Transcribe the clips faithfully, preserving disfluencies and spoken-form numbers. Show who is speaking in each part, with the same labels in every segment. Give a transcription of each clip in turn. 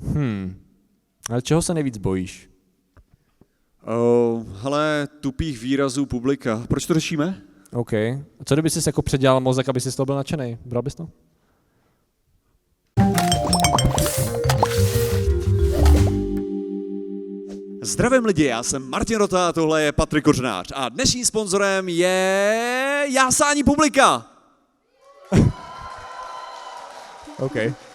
Speaker 1: Hmm. Ale čeho se nejvíc bojíš?
Speaker 2: Uh, hele, tupých výrazů publika. Proč to řešíme?
Speaker 1: OK. A co kdyby jsi jako předělal mozek, aby jsi z toho byl nadšenej? Bral bys to?
Speaker 2: Zdravím lidi, já jsem Martin Rota a tohle je Patrik Kořenář. A dnešním sponzorem je jásání publika.
Speaker 1: OK.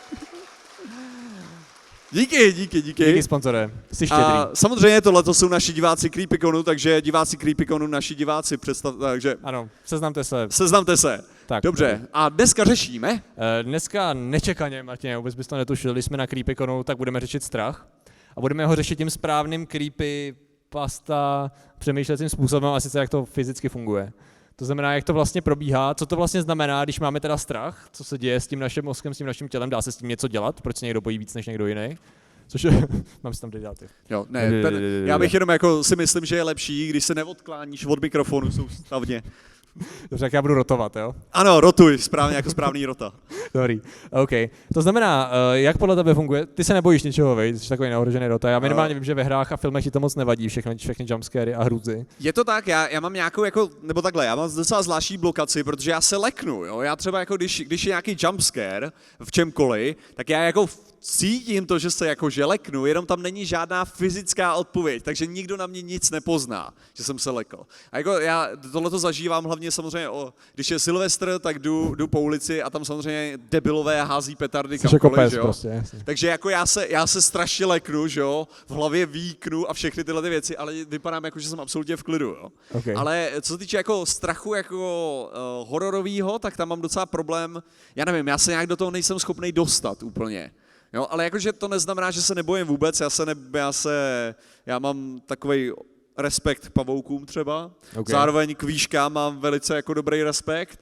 Speaker 2: Díky, díky, díky.
Speaker 1: Díky sponzore, jsi štědrý.
Speaker 2: A samozřejmě tohle jsou naši diváci Creepyconu, takže diváci Creepyconu, naši diváci, představ, takže...
Speaker 1: Ano, seznamte se.
Speaker 2: Seznamte se.
Speaker 1: Tak,
Speaker 2: dobře, tak. A dneska řešíme?
Speaker 1: Dneska nečekaně, Martine, vůbec bys to netušil, když jsme na Creepyconu, tak budeme řešit strach. A budeme ho řešit tím správným creepy, pasta, přemýšlecím způsobem, a sice jak to fyzicky funguje. To znamená, jak to vlastně probíhá, co to vlastně znamená, když máme teda strach, co se děje s tím naším mozkem, s tím naším tělem, dá se s tím něco dělat, proč se někdo bojí víc než někdo jiný. Což je, mám si tam dát.
Speaker 2: Jo, ne, ten, já bych jenom jako si myslím, že je lepší, když se neodkláníš od mikrofonu soustavně.
Speaker 1: Dobře, tak já budu rotovat, jo?
Speaker 2: Ano, rotuj, správně, jako správný rota.
Speaker 1: Dobrý, OK. To znamená, jak podle tebe funguje, ty se nebojíš ničeho, vej, jsi takový neohrožený rota. Já minimálně vím, že ve hrách a filmech ti to moc nevadí, všechny, všechny jumpscary a hrůzy.
Speaker 2: Je to tak, já, já mám nějakou, jako, nebo takhle, já mám docela zvláštní blokaci, protože já se leknu, jo? Já třeba, jako když, když je nějaký jumpscare v čemkoliv, tak já jako cítím to, že se jako že leknu, jenom tam není žádná fyzická odpověď, takže nikdo na mě nic nepozná, že jsem se lekl. A jako já tohleto zažívám hlavně samozřejmě, o, když je Silvestr, tak jdu, jdu po ulici a tam samozřejmě debilové hází petardy kamkoliv, jako že jo? Prostě, takže jako já se, já se strašně leknu, že jo, v hlavě výknu a všechny tyhle ty věci, ale vypadám jako, že jsem absolutně v klidu, jo.
Speaker 1: Okay.
Speaker 2: Ale co se týče jako strachu jako uh, hororovýho, tak tam mám docela problém, já nevím, já se nějak do toho nejsem schopný dostat úplně. Jo, ale jakože to neznamená, že se nebojím vůbec, já se, ne, já se, já mám takovej respekt k pavoukům třeba, okay. Zároveň k výškám mám velice jako dobrý respekt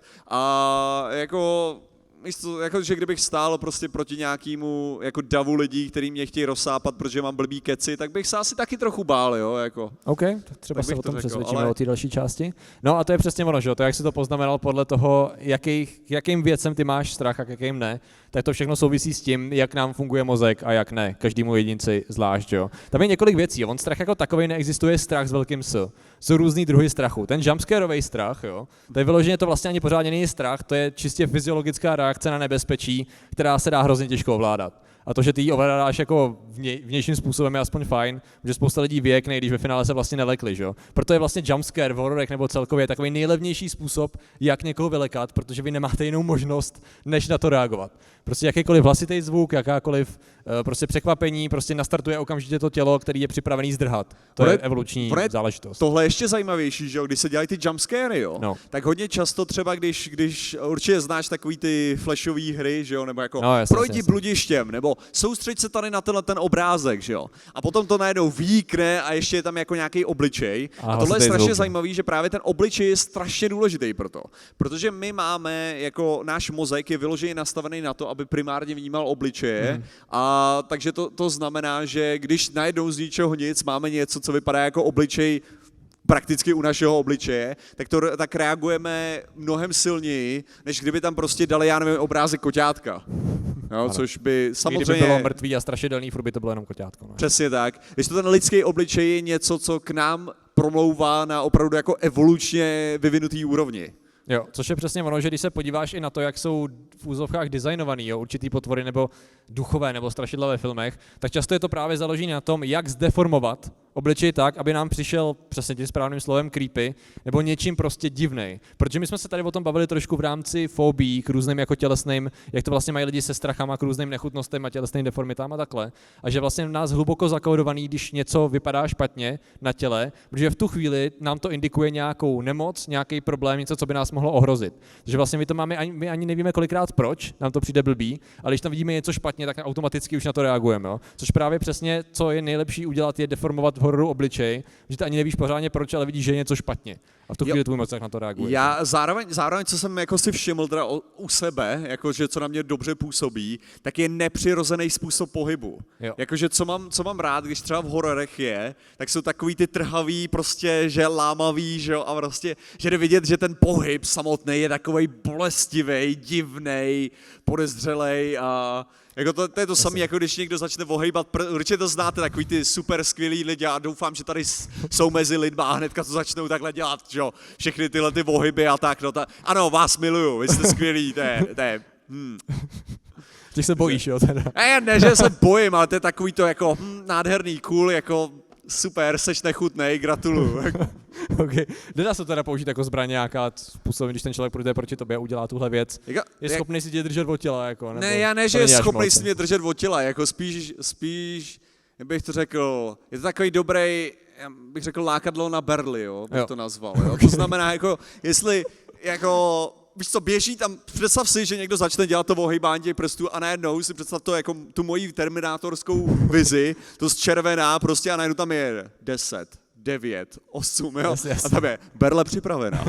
Speaker 2: a jako, místo, jako, že kdybych stál prostě proti nějakému jako davu lidí, který mě chtějí rozsápat, protože mám blbý keci, tak bych se asi taky trochu bál, jo, jako.
Speaker 1: OK, tak třeba tak se o tom řekl, přesvědčíme ale... o té další části. No a to je přesně ono, že jo, to jak si to poznamenal podle toho, jaký, jakým věcem ty máš strach a jakým ne, tak to všechno souvisí s tím, jak nám funguje mozek a jak ne, každému jedinci zvlášť, jo. Tam je několik věcí, on strach jako takový neexistuje, strach s velkým S. Jsou různý druhy strachu. Ten jumpscareový strach, jo, to je vyloženě to vlastně ani pořádně není strach, to je čistě fyziologická reakce na nebezpečí, která se dá hrozně těžko ovládat. A to, že ty ji ovládáš jako vně, vnějším způsobem je aspoň fajn, že spousta lidí věkne, když ve finále se vlastně nelekli, že jo. Proto je vlastně jumpscare v hororech nebo celkově takový nejlevnější způsob, jak někoho vylekat, protože vy nemáte jinou možnost, než na to reagovat. Prostě jakýkoliv hlasitý zvuk, jakákoliv uh, prostě překvapení, prostě nastartuje okamžitě to tělo, který je připravený zdrhat. To je evoluční
Speaker 2: je
Speaker 1: záležitost.
Speaker 2: Tohle je ještě zajímavější, že jo, když se dělají ty jumpscary, jo,
Speaker 1: no. Tak
Speaker 2: hodně často třeba, když, když určitě znáš takový ty flashové hry, že jo, nebo jako
Speaker 1: no, jasný,
Speaker 2: projdi
Speaker 1: jasný.
Speaker 2: bludištěm, nebo soustřeď se tady na tenhle ten obrázek, že jo. A potom to najednou výkne a ještě je tam jako nějaký obličej. A, a tohle je strašně zvuk. Zajímavý, že právě ten obličej je strašně důležitý pro to. Protože my máme, jako náš mozek je vyloženě nastavený na to, aby primárně vnímal obličeje. Hmm. A takže to, to znamená, že když najednou z ničeho nic máme něco, co vypadá jako obličej prakticky u našeho obličeje, tak, to, tak reagujeme mnohem silněji, než kdyby tam prostě dali, já nevím, obrázek koťátka. No, což by samozřejmě...
Speaker 1: Kdyby bylo mrtvý a strašidelný, furt by to bylo jenom koťátko. No.
Speaker 2: Přesně tak. Když to ten lidský obličej je něco, co k nám promlouvá na opravdu jako evolučně vyvinutý úrovni.
Speaker 1: Jo, což je přesně ono, že když se podíváš i na to, jak jsou v úzovkách designovaný, jo, určitý potvory nebo duchové nebo strašidla ve filmech, tak často je to právě založené na tom, jak zdeformovat obličej tak, aby nám přišel přesně tím správným slovem creepy, nebo něčím prostě divnej. Protože my jsme se tady o tom bavili trošku v rámci fobií k různým jako tělesným, jak to vlastně mají lidi se strachama k různým nechutnostem a tělesným deformitám a takhle. A že vlastně v nás hluboko zakódovaný, když něco vypadá špatně na těle, protože v tu chvíli nám to indikuje nějakou nemoc, nějaký problém, něco, co by nás mohlo ohrozit. Takže vlastně my to máme, ani, my ani nevíme kolikrát proč, nám to přijde blbý, ale když tam vidíme něco špatně, tak automaticky už na to reagujeme. Jo? Což právě přesně, co je nejlepší udělat, je deformovat v hororu obličej, že ty ani nevíš pořádně proč, ale vidíš, že je něco špatně. A v tu chvíli tvůj mozek na to reaguje.
Speaker 2: Já zároveň, zároveň, co jsem jako si všiml teda u sebe, jakože co na mě dobře působí, tak je nepřirozený způsob pohybu. Jo. Jakože co mám, co mám rád, když třeba v hororech je, tak jsou takový ty trhavý, prostě, že lámavý, že jo, a prostě, že jde vidět, že ten pohyb samotný je takovej bolestivý, divnej, podezřelej a jako to, to je to samé, jako když někdo začne ohejbat, určitě to znáte, takový ty super skvělý lidi a doufám, že tady jsou mezi lidma a hnedka to začnou takhle dělat, že jo, všechny tyhle ty ohyby a tak, no ta, ano, vás miluju, vy jste skvělí, to je, to je, hmm.
Speaker 1: Těch se bojíš, jo, teda.
Speaker 2: Ne, ne, že se bojím, ale to je takový to jako hm, nádherný, cool, jako super, seš nechutnej, gratuluju.
Speaker 1: Okay. Nedá se teda použít jako zbraň nějaká způsob, když ten člověk půjde proti tobě a udělá tuhle věc.
Speaker 2: Jako,
Speaker 1: je jak... schopný si tě držet od těla, jako? Nebo
Speaker 2: ne, já ne, že je schopný si mě držet od těla, jako spíš, spíš, jak bych to řekl, je to takový dobrý, já bych řekl lákadlo na berli, jo, bych jo. to nazval, jo. To znamená, jako, jestli, jako, víš co, běží tam, představ si, že někdo začne dělat to ohejbání těch prstů a najednou si představ to jako tu moji terminátorskou vizi, to z červená prostě a najednou tam je deset, devět, osm, jo, yes, yes. A tam je berle připravená.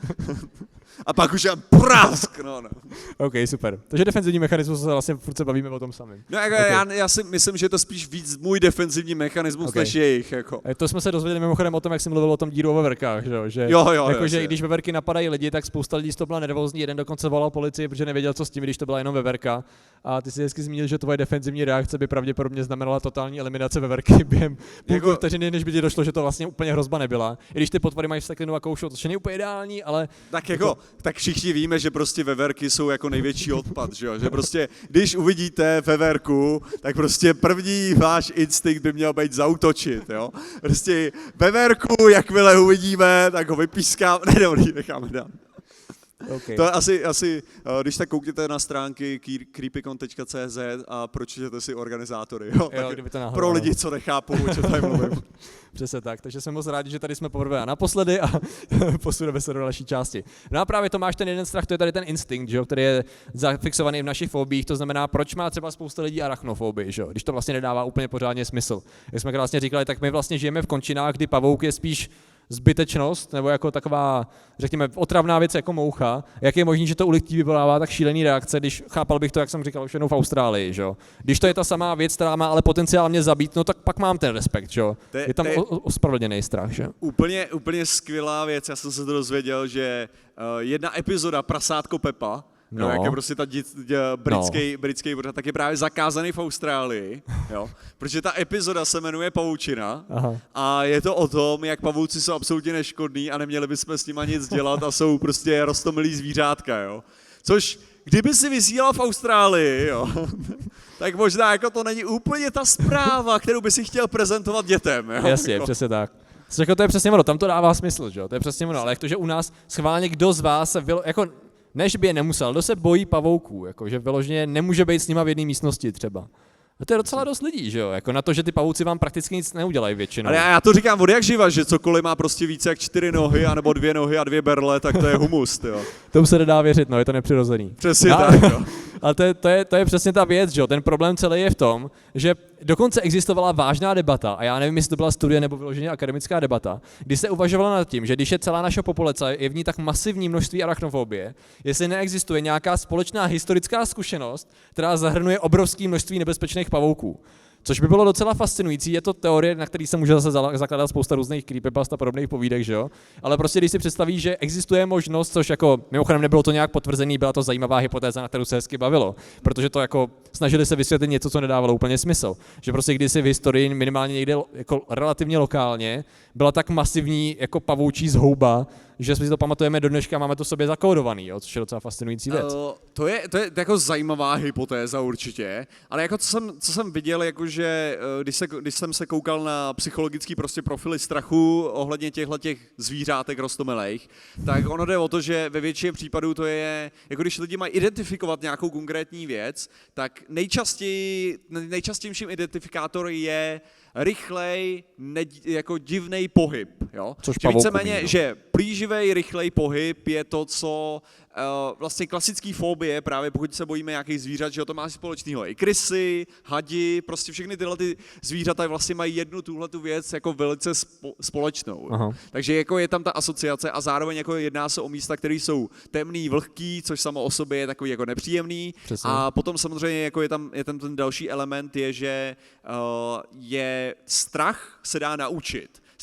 Speaker 2: A pak už je prask, no, no.
Speaker 1: OK, super. Takže defenzivní mechanismus se vlastně furt se bavíme o tom samém.
Speaker 2: No jako okay. já, já si myslím, že je to spíš víc můj defenzivní mechanismus, okay. než jejich, jako.
Speaker 1: To jsme se dozvěděli mimochodem o tom, jak jsi mluvil o tom díru o veverkách, že jo? Že,
Speaker 2: jo, jo,
Speaker 1: jako,
Speaker 2: jo,
Speaker 1: že když veverky napadají lidi, tak spousta lidí z toho byla nervózní, jeden dokonce volal policii, protože nevěděl, co s tím, když to byla jenom veverka. A ty si hezky zmínil, že tvoje defenzivní reakce by pravděpodobně znamenala totální eliminace veverky během půlku vteřiny, než by ti došlo, že to vlastně úplně hrozba nebyla. I když ty potvory mají vsteklinu a koušou, to není úplně ideální, ale
Speaker 2: tak jako, jako tak všichni víme, že prostě veverky jsou jako největší odpad, že jo? Že prostě, když uvidíte veverku, tak prostě první váš instinkt by měl být zaútočit, jo? Prostě veverku, jakmile uvidíme, tak ho vypískám, ne, dobrý, necháme dát. Okay. To je asi, asi, když tak koukněte na stránky creepycon tečka cé zet a pročtěte si organizátory, jo?
Speaker 1: jo to náhodou,
Speaker 2: pro lidi, co nechápou, o čem tady mluvím.
Speaker 1: Přesně tak, takže jsem moc rád, že tady jsme poprvé a naposledy a posuneme se do další části. No a právě to máš ten jeden strach, to je tady ten instinkt, že jo, který je zafixovaný v našich fobích, to znamená, proč má třeba spousta lidí arachnofobii, že jo, když to vlastně nedává úplně pořádně smysl. Jak jsme vlastně říkali, tak my vlastně žijeme v končinách, kdy pavouk je spíš zbytečnost, nebo jako taková, řekněme, otravná věc jako moucha, jak je možné, že to u lidí vyvolává tak šílený reakce, když chápal bych to, jak jsem říkal, už jednou v Austrálii, že jo. Když to je ta samá věc, která má ale potenciál mě zabít, no tak pak mám ten respekt, že jo. Je tam ospravedlněný strach, že?
Speaker 2: Úplně, úplně skvělá věc, já jsem se to dozvěděl, že uh, jedna epizoda Prasátko Pepa, no. Jak je prostě ta dě, dě, britský, no. britský pořad, tak je právě zakázaný v Austrálii, jo, protože ta epizoda se jmenuje Pavoučina. Aha. A je to o tom, jak pavouci jsou absolutně neškodní a neměli bychom s nima nic dělat a jsou prostě roztomilý zvířátka, jo. Což, kdyby si vysílal v Austrálii, jo, tak možná jako to není úplně ta zpráva, kterou by si chtěl prezentovat dětem, jo.
Speaker 1: Jasně,
Speaker 2: jako.
Speaker 1: Přesně tak. Řekl, to je přesně ono, tam to dává smysl, že jo, to je přesně ono, ale jak to, že u nás schválně kdo z vás se vylo, jako než by je nemusel, kdo se bojí pavouků, jako, že vyloženě nemůže být s nima v jedné místnosti třeba. A to je docela dost lidí, že jo, jako na to, že ty pavouci vám prakticky nic neudělají většinou.
Speaker 2: Ale já, já to říkám od jak živa, že cokoliv má prostě více jak čtyři nohy, anebo dvě nohy a dvě berle, tak to je humus, jo.
Speaker 1: Tomu se nedá věřit, no, je to nepřirozený.
Speaker 2: Přesně no, tak, jo.
Speaker 1: Ale to je, to, je, to je přesně ta věc, že jo, ten problém celý je v tom, že dokonce existovala vážná debata, a já nevím, jestli to byla studie nebo vyloženě akademická debata, kdy se uvažovalo nad tím, že když je celá naše populace, je v ní tak masivní množství arachnofobie, jestli neexistuje nějaká společná historická zkušenost, která zahrnuje obrovské množství nebezpečných pavouků. Což by bylo docela fascinující, je to teorie, na který se může zase zakládat spousta různých creepypast a podobných povídek, že jo? Ale prostě když si představíš, že existuje možnost, což jako mimochodem nebylo to nějak potvrzený, byla to zajímavá hypotéza, na kterou se hezky bavilo, protože to jako snažili se vysvětlit něco, co nedávalo úplně smysl. Že prostě kdysi v historii minimálně někde jako relativně lokálně byla tak masivní jako pavoučí zhouba, že si to pamatujeme do dneška, máme to sobě zakódovaný, jo, což je docela fascinující věc. Uh,
Speaker 2: to, je, to je jako zajímavá hypotéza určitě, ale jako co jsem, co jsem viděl, jakože když, se, když jsem se koukal na psychologický prostě profily strachu ohledně těchto těch zvířátek roztomilejch, tak ono jde o to, že ve většině případů to je, jako když lidi mají identifikovat nějakou konkrétní věc, tak nejčastěji, nejčastějším identifikátor je rychlej, ne, jako divnej pohyb, jo?
Speaker 1: Což
Speaker 2: že víceméně, že plíživej, rychlej pohyb je to, co uh, vlastně klasický fobie, právě pokud se bojíme nějakých zvířat, že to má společného. I krysy, hadi, prostě všechny tyhle ty zvířata vlastně mají jednu tuhletu věc jako velice spo, společnou. Aha. Takže jako je tam ta asociace a zároveň jako jedná se o místa, které jsou temný, vlhký, což samo o sobě je takový jako nepříjemný. Přesně. A potom samozřejmě jako je tam, je tam ten další element, je, že uh, je strach se dá naučit.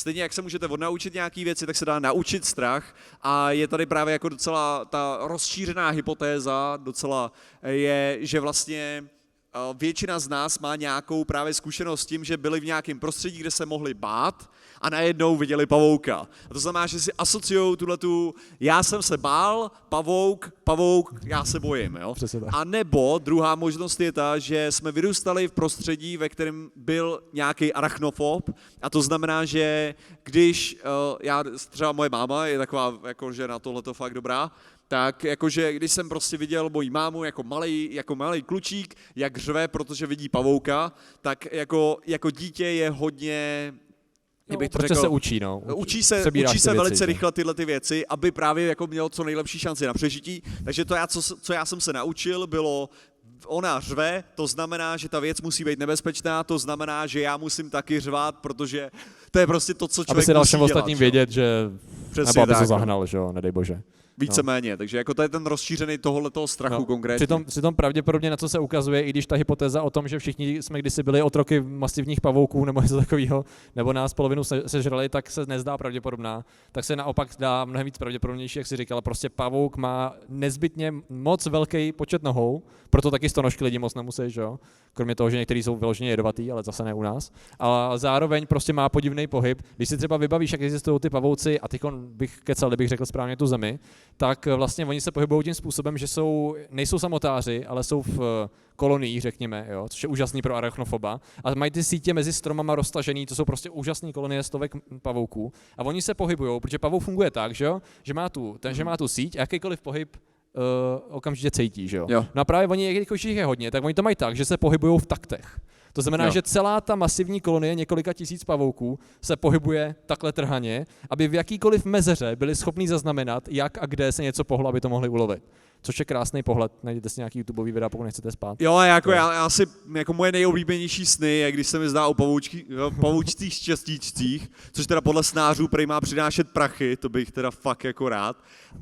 Speaker 2: Stejně jak se můžete odnaučit nějaký věci, tak se dá naučit strach a je tady právě jako docela ta rozšířená hypotéza, docela je, že vlastně většina z nás má nějakou právě zkušenost s tím, že byli v nějakém prostředí, kde se mohli bát a najednou viděli pavouka. A to znamená, že si asociují tuhletu, já jsem se bál, pavouk, pavouk, já se bojím. Jo? A nebo druhá možnost je ta, že jsme vyrůstali v prostředí, ve kterém byl nějaký arachnofob a to znamená, že když, já, třeba moje máma je taková, jako, že na tohleto fakt dobrá, tak jakože když jsem prostě viděl moji mámu jako malý, jako malý klučík, jak řve, protože vidí pavouka, tak jako, jako dítě je hodně...
Speaker 1: No, protože řekl, se učí, no.
Speaker 2: Učí se, učí se věci, velice rychle tyhle ty věci, aby právě jako měl co nejlepší šanci na přežití. Takže to, já, co, co já jsem se naučil, bylo ona řve, to znamená, že ta věc musí být nebezpečná, to znamená, že já musím taky řvát, protože to je prostě to, co člověk musí dělat.
Speaker 1: Aby si dal všem ostatním vědět, že...
Speaker 2: Přesně
Speaker 1: nebo aby
Speaker 2: tak,
Speaker 1: se zahnal, že jo, nedej bože.
Speaker 2: Víceméně, no. Takže jako to je ten rozšířený tohohletoho strachu no, konkrétně.
Speaker 1: Přitom, přitom pravděpodobně na co se ukazuje, i když ta hypotéza o tom, že všichni jsme kdysi byli otroky masivních pavouků nebo něco takového, nebo nás polovinu se, sežrali, tak se nezdá pravděpodobná, tak se naopak dá mnohem víc pravděpodobnější, jak si říkala, prostě pavouk má nezbytně moc velký počet nohou, proto taky stonožky lidi moc nemusí, že jo? Kromě toho, že někteří jsou vyloženě jedovatý, ale zase ne u nás. A zároveň prostě má podivný pohyb. Když si třeba vybavíš, jak existují ty pavouci, a teď bych kecal, kdybych řekl správně tu zemi, tak vlastně oni se pohybují tím způsobem, že jsou, nejsou samotáři, ale jsou v koloniích, řekněme, jo, což je úžasný pro arachnofoba. A mají ty sítě mezi stromama roztažený, to jsou prostě úžasné kolonie stovek pavouků. A oni se pohybují, protože pavouk funguje tak, že, jo, že, má tu, ten, že má tu síť a jakýkoliv pohyb Uh, okamžitě cítí, že jo? jo. No a právě oni, jelikož jich je hodně, tak oni to mají tak, že se pohybují v taktech. To znamená, jo. že celá ta masivní kolonie několika tisíc pavouků se pohybuje takhle trhaně, aby v jakýkoliv mezeře byli schopní zaznamenat, jak a kde se něco pohlo, aby to mohli ulovit. Což je krásný pohled, najděte si nějaký YouTubeový videa, pokud nechcete spát.
Speaker 2: Jo, jako já, já si, jako moje nejoblíbenější sny je, když se mi zdá o pavoučcích štěstíčcích, což teda podle snářů prej má přinášet prachy, to bych teda fakt jako rád.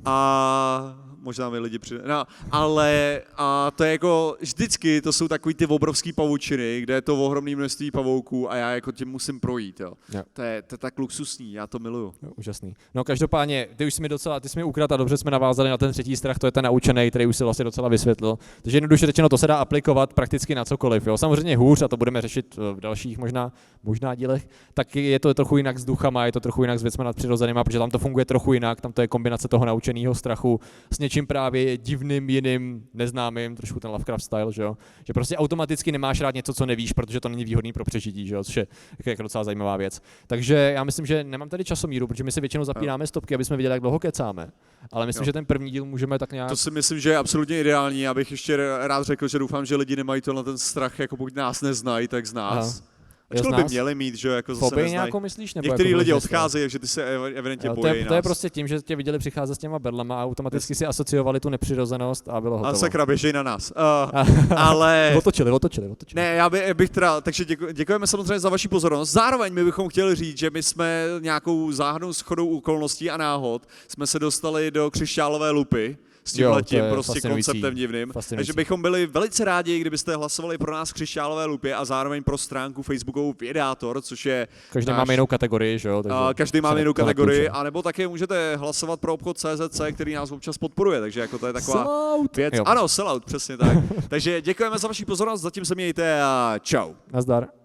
Speaker 2: A možná mi lidi přijde, no, ale a to je jako vždycky, to jsou takový ty obrovský pavučiny, kde je to ohromné množství pavouků a já jako tím musím projít, jo. jo. To, je, to je tak luxusní, já to miluju.
Speaker 1: Jo, úžasný. No každopádně, ty už jsi mi docela, ty jsi mi ukradl a dobře jsme navázali na ten třetí strach, to je ten naučený, který už si vlastně docela vysvětlil. Takže jednoduše řečeno, to se dá aplikovat prakticky na cokoliv, jo. Samozřejmě hůř, a to budeme řešit v dalších možná, možná dílech, tak je to trochu jinak s duchama, je to trochu jinak s věcmi nadpřirozenýma, protože tam to funguje trochu jinak, tam to je kombinace toho naučeného strachu s něčím právě divným, jiným, neznámým, trošku ten Lovecraft style, že jo? Že prostě automaticky nemáš rád něco, co nevíš, protože to není výhodný pro přežití, že jo? Což je jako docela zajímavá věc. Takže já myslím, že nemám tady časomíru, protože my si většinou zapínáme stopky, aby jsme viděli, jak dlouho kecáme. Ale myslím, jo. že ten první díl můžeme tak nějak...
Speaker 2: To si myslím, že je absolutně ideální. Já bych ještě rád řekl, že doufám, že lidi nemají tohle ten strach, jako pokud nás neznají, tak z nás. Aha. Ačkoliv by měli mít, že jako zase
Speaker 1: neznají. Nějakou myslíš? Nebo
Speaker 2: některý
Speaker 1: jako
Speaker 2: lidi odcházejí, takže ty se evidentně
Speaker 1: jo,
Speaker 2: bojí
Speaker 1: to je, to je prostě tím, že tě viděli přicházet s těma berlama a automaticky si asociovali tu nepřirozenost a bylo hotovo.
Speaker 2: A sakra, běžej na nás. Uh, ale...
Speaker 1: otočili, otočili, otočili.
Speaker 2: Ne, já by, bych teda, takže děku, děkujeme samozřejmě za vaši pozornost. Zároveň my bychom chtěli říct, že my jsme nějakou záhadnou shodou okolností a náhod jsme se dostali do křišťálové lupy. S tímhletím prostě konceptem divným. Takže bychom byli velice rádi, kdybyste hlasovali pro nás v křišťálové lupě a zároveň pro stránku Facebookovou Vědátor, což je...
Speaker 1: Každý náš, máme jinou kategorii, že jo?
Speaker 2: Uh, každý máme jinou kategorii, anebo také můžete hlasovat pro obchod C Z C, který nás občas podporuje, takže jako to je taková
Speaker 1: sellout.
Speaker 2: věc. Jo. Ano, sellout, přesně tak. Takže děkujeme za vaši pozornost, zatím se mějte a čau.
Speaker 1: Nazdar.